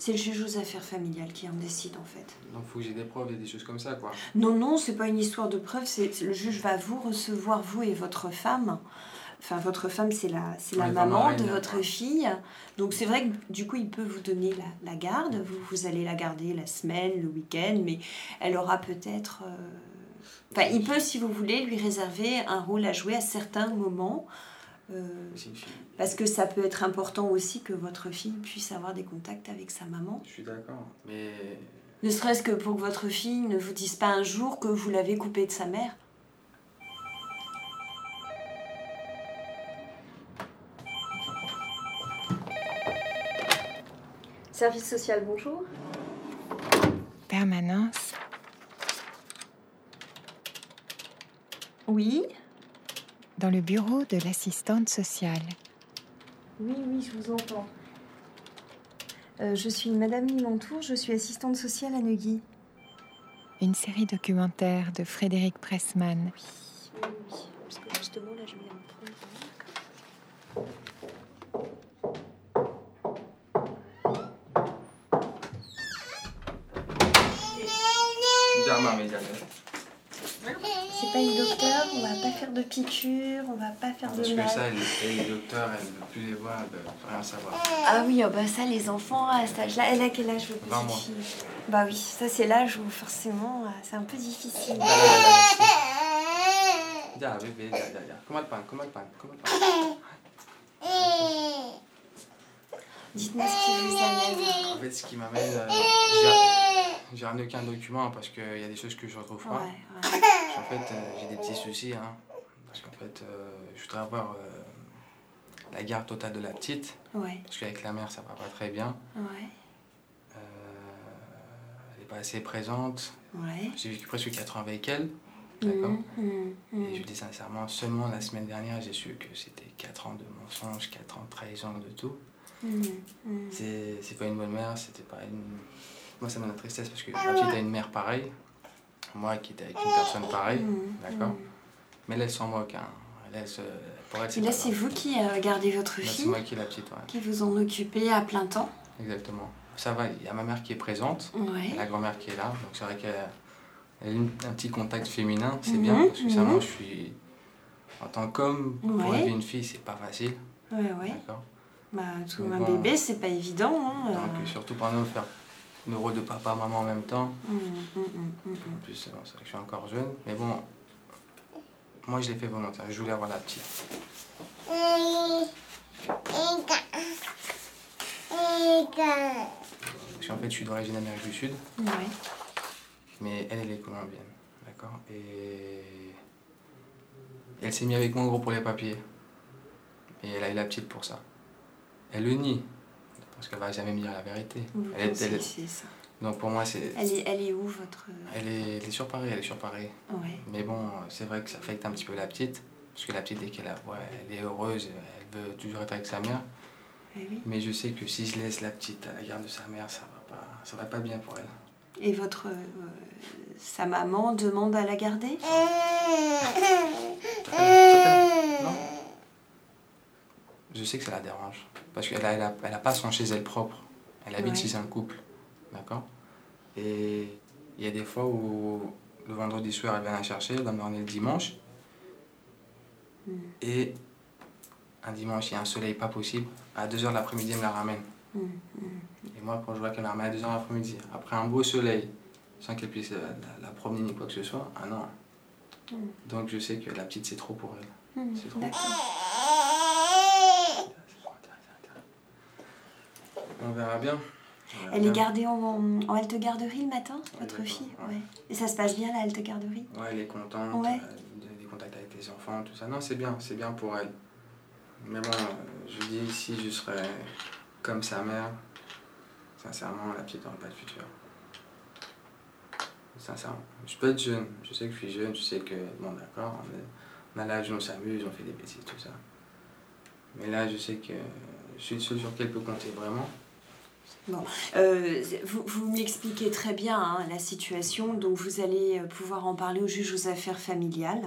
C'est le juge aux affaires familiales qui en décide en fait. Donc il faut que j'ai des preuves et des choses comme ça, quoi. Non, c'est pas une histoire de preuve, le juge va vous recevoir, vous et votre femme. Enfin, votre femme, c'est la maman de votre fille. Donc, c'est vrai que du coup, il peut vous donner la garde. Vous allez la garder la semaine, le week-end, mais elle aura peut-être... Enfin, il peut, si vous voulez, lui réserver un rôle à jouer à certains moments. Parce que ça peut être important aussi que votre fille puisse avoir des contacts avec sa maman. Je suis d'accord, mais... Ne serait-ce que pour que votre fille ne vous dise pas un jour que vous l'avez coupée de sa mère. Service social, bonjour. Permanence. Oui. Dans le bureau de l'assistante sociale. Oui, je vous entends. Je suis Madame Limontour, je suis assistante sociale à Neuilly. Une série documentaire de Frédéric Pressman. Oui. Parce que justement, là, je vais en prendre. C'est pas une docteur, on va pas faire de piqûres, on va pas faire de mal. Parce que ça, les docteurs, elles ne veulent plus les voir, elles veulent rien savoir. Ah oui, ça, les enfants à cet âge-là, elle a quel âge, votre petite fille ? Bah oui, ça c'est l'âge où forcément, c'est un peu difficile. Viens, bébé, viens. Comment elle parle. Dites-moi ce qui vous amène. En fait, ce qui m'amène, j'ai ramené aucun document parce qu'il y a des choses que je retrouve pas. Ouais. En fait, j'ai des petits soucis, parce qu'en fait, je voudrais avoir la garde totale de la petite. Ouais. Parce qu'avec la mère, ça va pas très bien. Ouais. Elle n'est pas assez présente. Ouais. J'ai vécu presque 4 ans avec elle. D'accord. Et je vous dis sincèrement, seulement la semaine dernière, j'ai su que c'était 4 ans de mensonges, 4 ans de trahison, de tout. C'est pas une bonne mère, c'était pas une... Moi, ça me donne la tristesse parce que ma petite a une mère pareille, moi qui étais avec une personne pareille, d'accord. Mais elle s'en moque, pour elle, et là, c'est vous qui gardez votre fille. C'est moi qui ai la petite, ouais. Qui vous en occupez à plein temps. Exactement. Ça va, il y a ma mère qui est présente, ouais. La grand-mère qui est là, donc c'est vrai qu'elle a un petit contact féminin, c'est bien, parce que ça, moi, je suis... En tant qu'homme, pour élever une fille, c'est pas facile. Ouais. D'accord. Un bébé, c'est pas évident. Donc, surtout pour nous, faire le rôle de papa, maman en même temps. En plus, c'est vrai que je suis encore jeune. Mais bon, moi, je l'ai fait volontaire. Je voulais avoir la petite. Parce qu'en fait, je suis d'origine d'Amérique du Sud. Ouais. Mais elle est colombienne. D'accord. Et elle s'est mise avec moi, en gros, pour les papiers. Et elle a eu la petite pour ça. Elle le nie. Parce qu'elle va jamais me dire la vérité. C'est ça. Donc pour moi, c'est... Elle est où, votre... Elle est sur Paris, Ouais. Mais bon, c'est vrai que ça affecte un petit peu la petite. Parce que la petite, dès qu'elle elle est heureuse, elle veut toujours être avec sa mère. Oui. Mais je sais que si je laisse la petite à la garde de sa mère, ça va pas bien pour elle. Et sa maman demande à la garder ? Non. Je sais que ça la dérange. Parce qu'elle a pas son chez elle propre. Elle habite chez un couple. D'accord. Et il y a des fois où le vendredi soir, elle vient la chercher, elle va me ramener le dimanche. Et un dimanche, il y a un soleil pas possible. À 2h de l'après-midi, elle me la ramène. Et moi, quand je vois qu'elle me la ramène à 2h de l'après-midi, après un beau soleil, sans qu'elle puisse la promener ni quoi que ce soit, ah non. Donc je sais que la petite, c'est trop pour elle. C'est trop. On verra bien. Elle est gardée en halte-garderie le matin, votre fille ? Ouais. Et ça se passe bien, la halte-garderie ? Ouais, elle est contente, des contacts avec les enfants, tout ça. Non, c'est bien pour elle. Mais bon, je dis, si je serais comme sa mère, sincèrement, la petite n'aurait pas de futur. Sincèrement. Je peux être jeune, je sais que je suis jeune, je sais que, bon d'accord, on a l'âge, on s'amuse, on fait des bêtises, tout ça. Mais là, je sais que je suis le seul sur qui elle peut compter, vraiment. Bon, vous m'expliquez très bien la situation, donc vous allez pouvoir en parler au juge aux affaires familiales.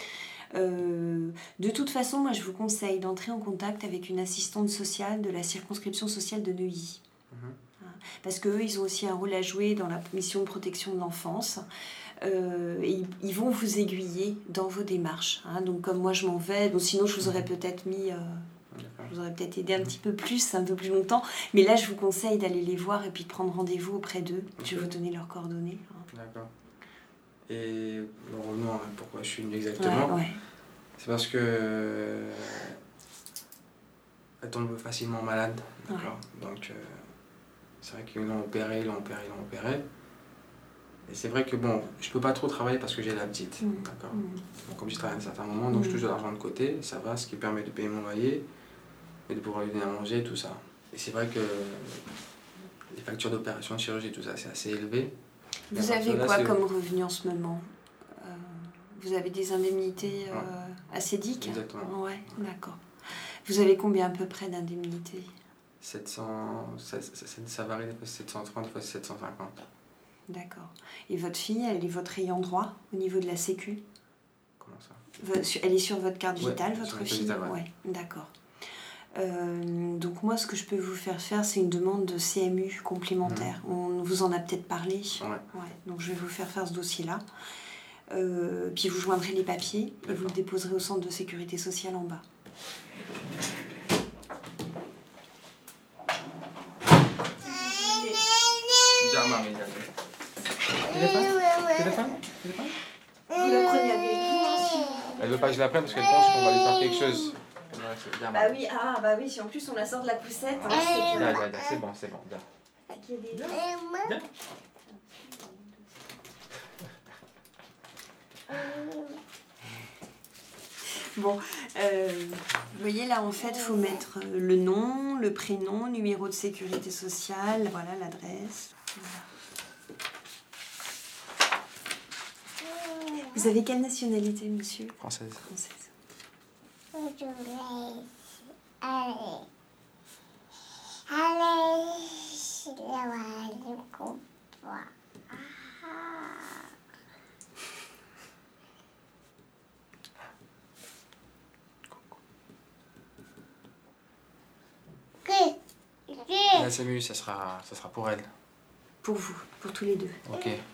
De toute façon, moi je vous conseille d'entrer en contact avec une assistante sociale de la circonscription sociale de Neuilly. Parce qu'eux, ils ont aussi un rôle à jouer dans la mission de protection de l'enfance. Et ils vont vous aiguiller dans vos démarches. Donc comme moi, je m'en vais. Donc, sinon, je vous aurais peut-être je vous aurais peut-être aidé un petit peu plus, un peu plus longtemps. Mais là, je vous conseille d'aller les voir et puis de prendre rendez-vous auprès d'eux. Je vais vous donner leurs coordonnées. D'accord. Et revenons à pourquoi je suis venu exactement. Ouais. C'est parce que elle tombe facilement malade. D'accord. Ouais. Donc c'est vrai qu'ils l'ont opéré. Et c'est vrai que bon, je peux pas trop travailler parce que j'ai la petite. D'accord. Donc, comme je travaille à un certain moment, donc je touche de l'argent de côté, ça va, ce qui permet de payer mon loyer et de pouvoir lui donner à manger, tout ça. Et c'est vrai que les factures d'opération, de chirurgie, tout ça, c'est assez élevé. Vous avez quoi comme revenu en ce moment? Vous avez des indemnités acédiques? Exactement. Ouais, d'accord. Vous avez combien à peu près d'indemnités? 700, ça varie, des fois c'est 730, des fois c'est 750. D'accord. Et votre fille, elle est votre ayant droit au niveau de la Sécu? Comment ça? Elle est sur votre carte vitale, ouais, votre fille? Vitale, ouais, d'accord. Donc moi, ce que je peux vous faire faire, c'est une demande de CMU complémentaire. On vous en a peut-être parlé. Ouais. Donc je vais vous faire faire ce dossier-là. Puis vous joindrez les papiers et vous le déposerez au centre de sécurité sociale en bas. Téléphone? Vous la prenez avec vous? Elle veut pas que je la prenne parce qu'elle pense qu'on va lui faire quelque chose. Bah oui, si en plus on la sort de la poussette. C'est bon, viens. Bon, vous voyez là en fait, il faut mettre le nom, le prénom, numéro de sécurité sociale, voilà l'adresse. Voilà. Vous avez quelle nationalité, monsieur? Française. La CMU, ça sera pour elle. Pour vous, pour tous les deux. Ok. Ouais.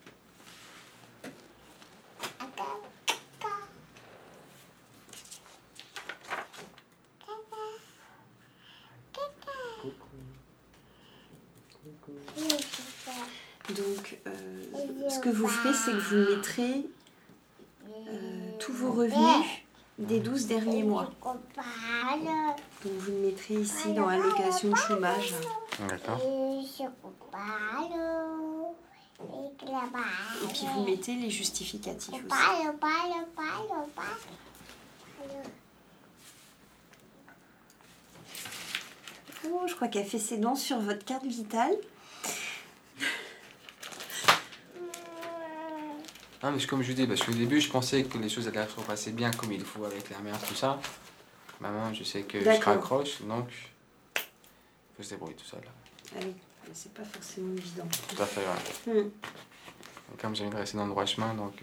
Donc, ce que vous ferez, c'est que vous mettrez tous vos revenus des 12 derniers mois. Donc, vous le mettrez ici dans allocation chômage. D'accord. Et puis, vous mettez les justificatifs aussi. Oh, je crois qu'elle fait ses dents sur votre carte vitale. Non, mais comme je vous dis, parce qu'au début, je pensais que les choses allaient se passer bien comme il faut avec la mère, tout ça. Maman, je sais que je raccroche, donc il faut se débrouiller tout seul. Ah oui, c'est pas forcément évident. Tout à fait, ouais. Et comme j'ai envie de rester dans le droit chemin, donc...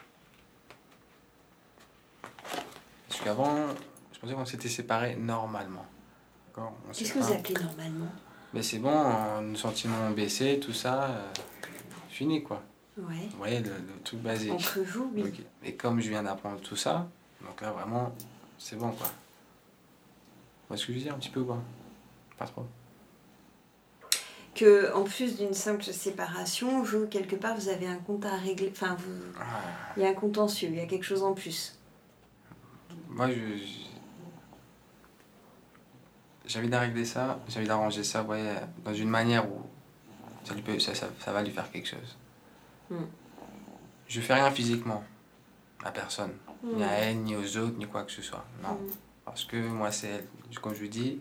Parce qu'avant, je pensais qu'on s'était séparés normalement. Qu'est-ce que vous appelez normalement? Mais c'est bon, nos sentiments ont baissé, tout ça, fini quoi. Ouais. Vous voyez, le truc basique. Entre vous, oui. Okay. Et comme je viens d'apprendre tout ça, donc là vraiment, c'est bon quoi. Vous voyez ce que je veux dire un petit peu ou pas? Pas trop. Que, en plus d'une simple séparation, vous, quelque part, vous avez un compte à régler. Enfin, il y a un contentieux, il y a quelque chose en plus. Moi, j'ai envie d'arrêter ça, j'ai envie d'arranger ça, vous voyez, dans une manière où ça va lui faire quelque chose. Je fais rien physiquement à personne, ni à elle, ni aux autres, ni quoi que ce soit. Non, parce que moi c'est elle. Comme je vous dis,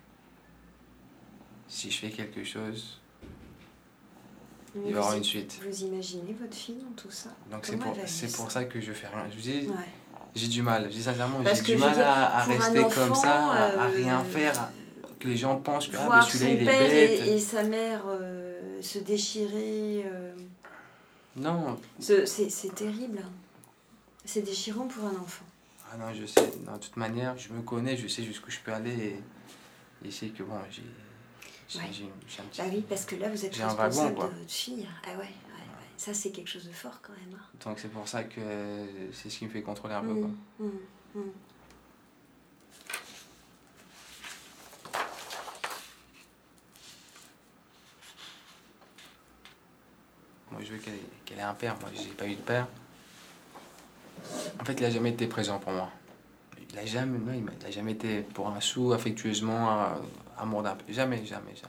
si je fais quelque chose, il va y avoir une suite. Vous imaginez votre fille dans tout ça? Donc c'est pour ça que je fais rien. Je vous dis, j'ai du mal. Je dis sincèrement, j'ai du mal à rester enfant, comme ça, à rien faire, que les gens pensent que voir celui-là il est père bête. Et sa mère se déchirer. Non. C'est terrible. C'est déchirant pour un enfant. Ah non, je sais. De toute manière, je me connais, je sais jusqu'où je peux aller. Et je sais que bon, J'ai un petit... Bah oui, parce que là, vous êtes responsable de votre fille. Ah ouais. Ça, c'est quelque chose de fort quand même. Donc c'est pour ça que c'est ce qui me fait contrôler un peu. Quoi. Moi, je veux qu'elle ait un père. Moi, j'ai pas eu de père. En fait, il a jamais été présent pour moi. Il a jamais été pour un sou, affectueusement, amour d'un père. Jamais.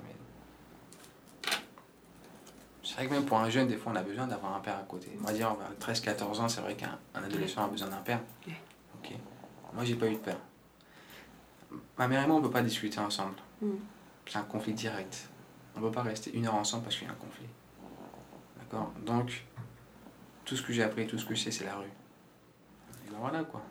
C'est vrai que même pour un jeune, des fois, on a besoin d'avoir un père à côté. On va dire, à 13-14 ans, c'est vrai qu'un adolescent a besoin d'un père. Ok. Moi, j'ai pas eu de père. Ma mère et moi, on peut pas discuter ensemble. C'est un conflit direct. On peut pas rester 1 heure ensemble parce qu'il y a un conflit. D'accord? Donc, tout ce que j'ai appris, tout ce que je sais, c'est la rue. Et ben voilà, quoi.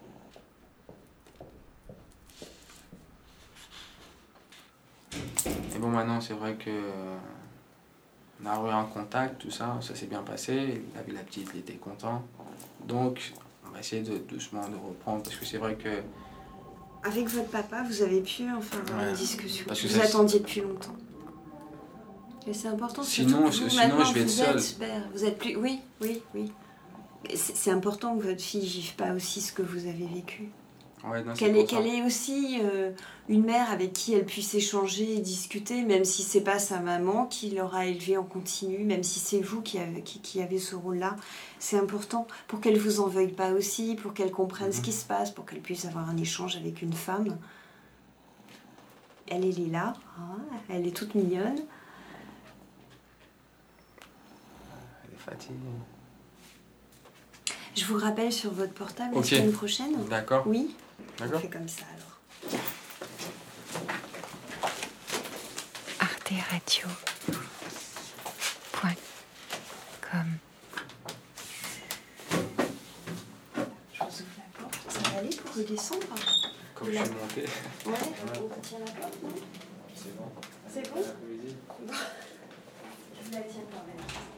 Et bon, maintenant, c'est vrai que... on a eu un contact, tout ça, ça s'est bien passé. Il a vu la petite, il était content. Donc, on va essayer doucement de reprendre, parce que c'est vrai que... Avec votre papa, vous avez pu avoir une discussion. Parce que vous attendiez depuis longtemps. Et c'est important. Sinon je vais être seul. Vous êtes plus... Oui. C'est important que votre fille ne vive pas aussi ce que vous avez vécu. Ouais, qu'elle ait aussi une mère avec qui elle puisse échanger et discuter, même si c'est pas sa maman qui l'aura élevée en continu, même si c'est vous qui avez ce rôle-là. C'est important pour qu'elle vous en veuille pas aussi, pour qu'elle comprenne ce qui se passe, pour qu'elle puisse avoir un échange avec une femme. Elle est là, hein, elle est toute mignonne. Elle est fatiguée. Je vous rappelle sur votre portable la semaine prochaine. D'accord. Oui. D'accord. On fait comme ça alors. arteradio.com. Je vous ouvre la porte. Ça va aller pour redescendre? Comme je suis monté. Ouais, on tient la porte, non? C'est bon. C'est bon? Je vous la tiens quand même.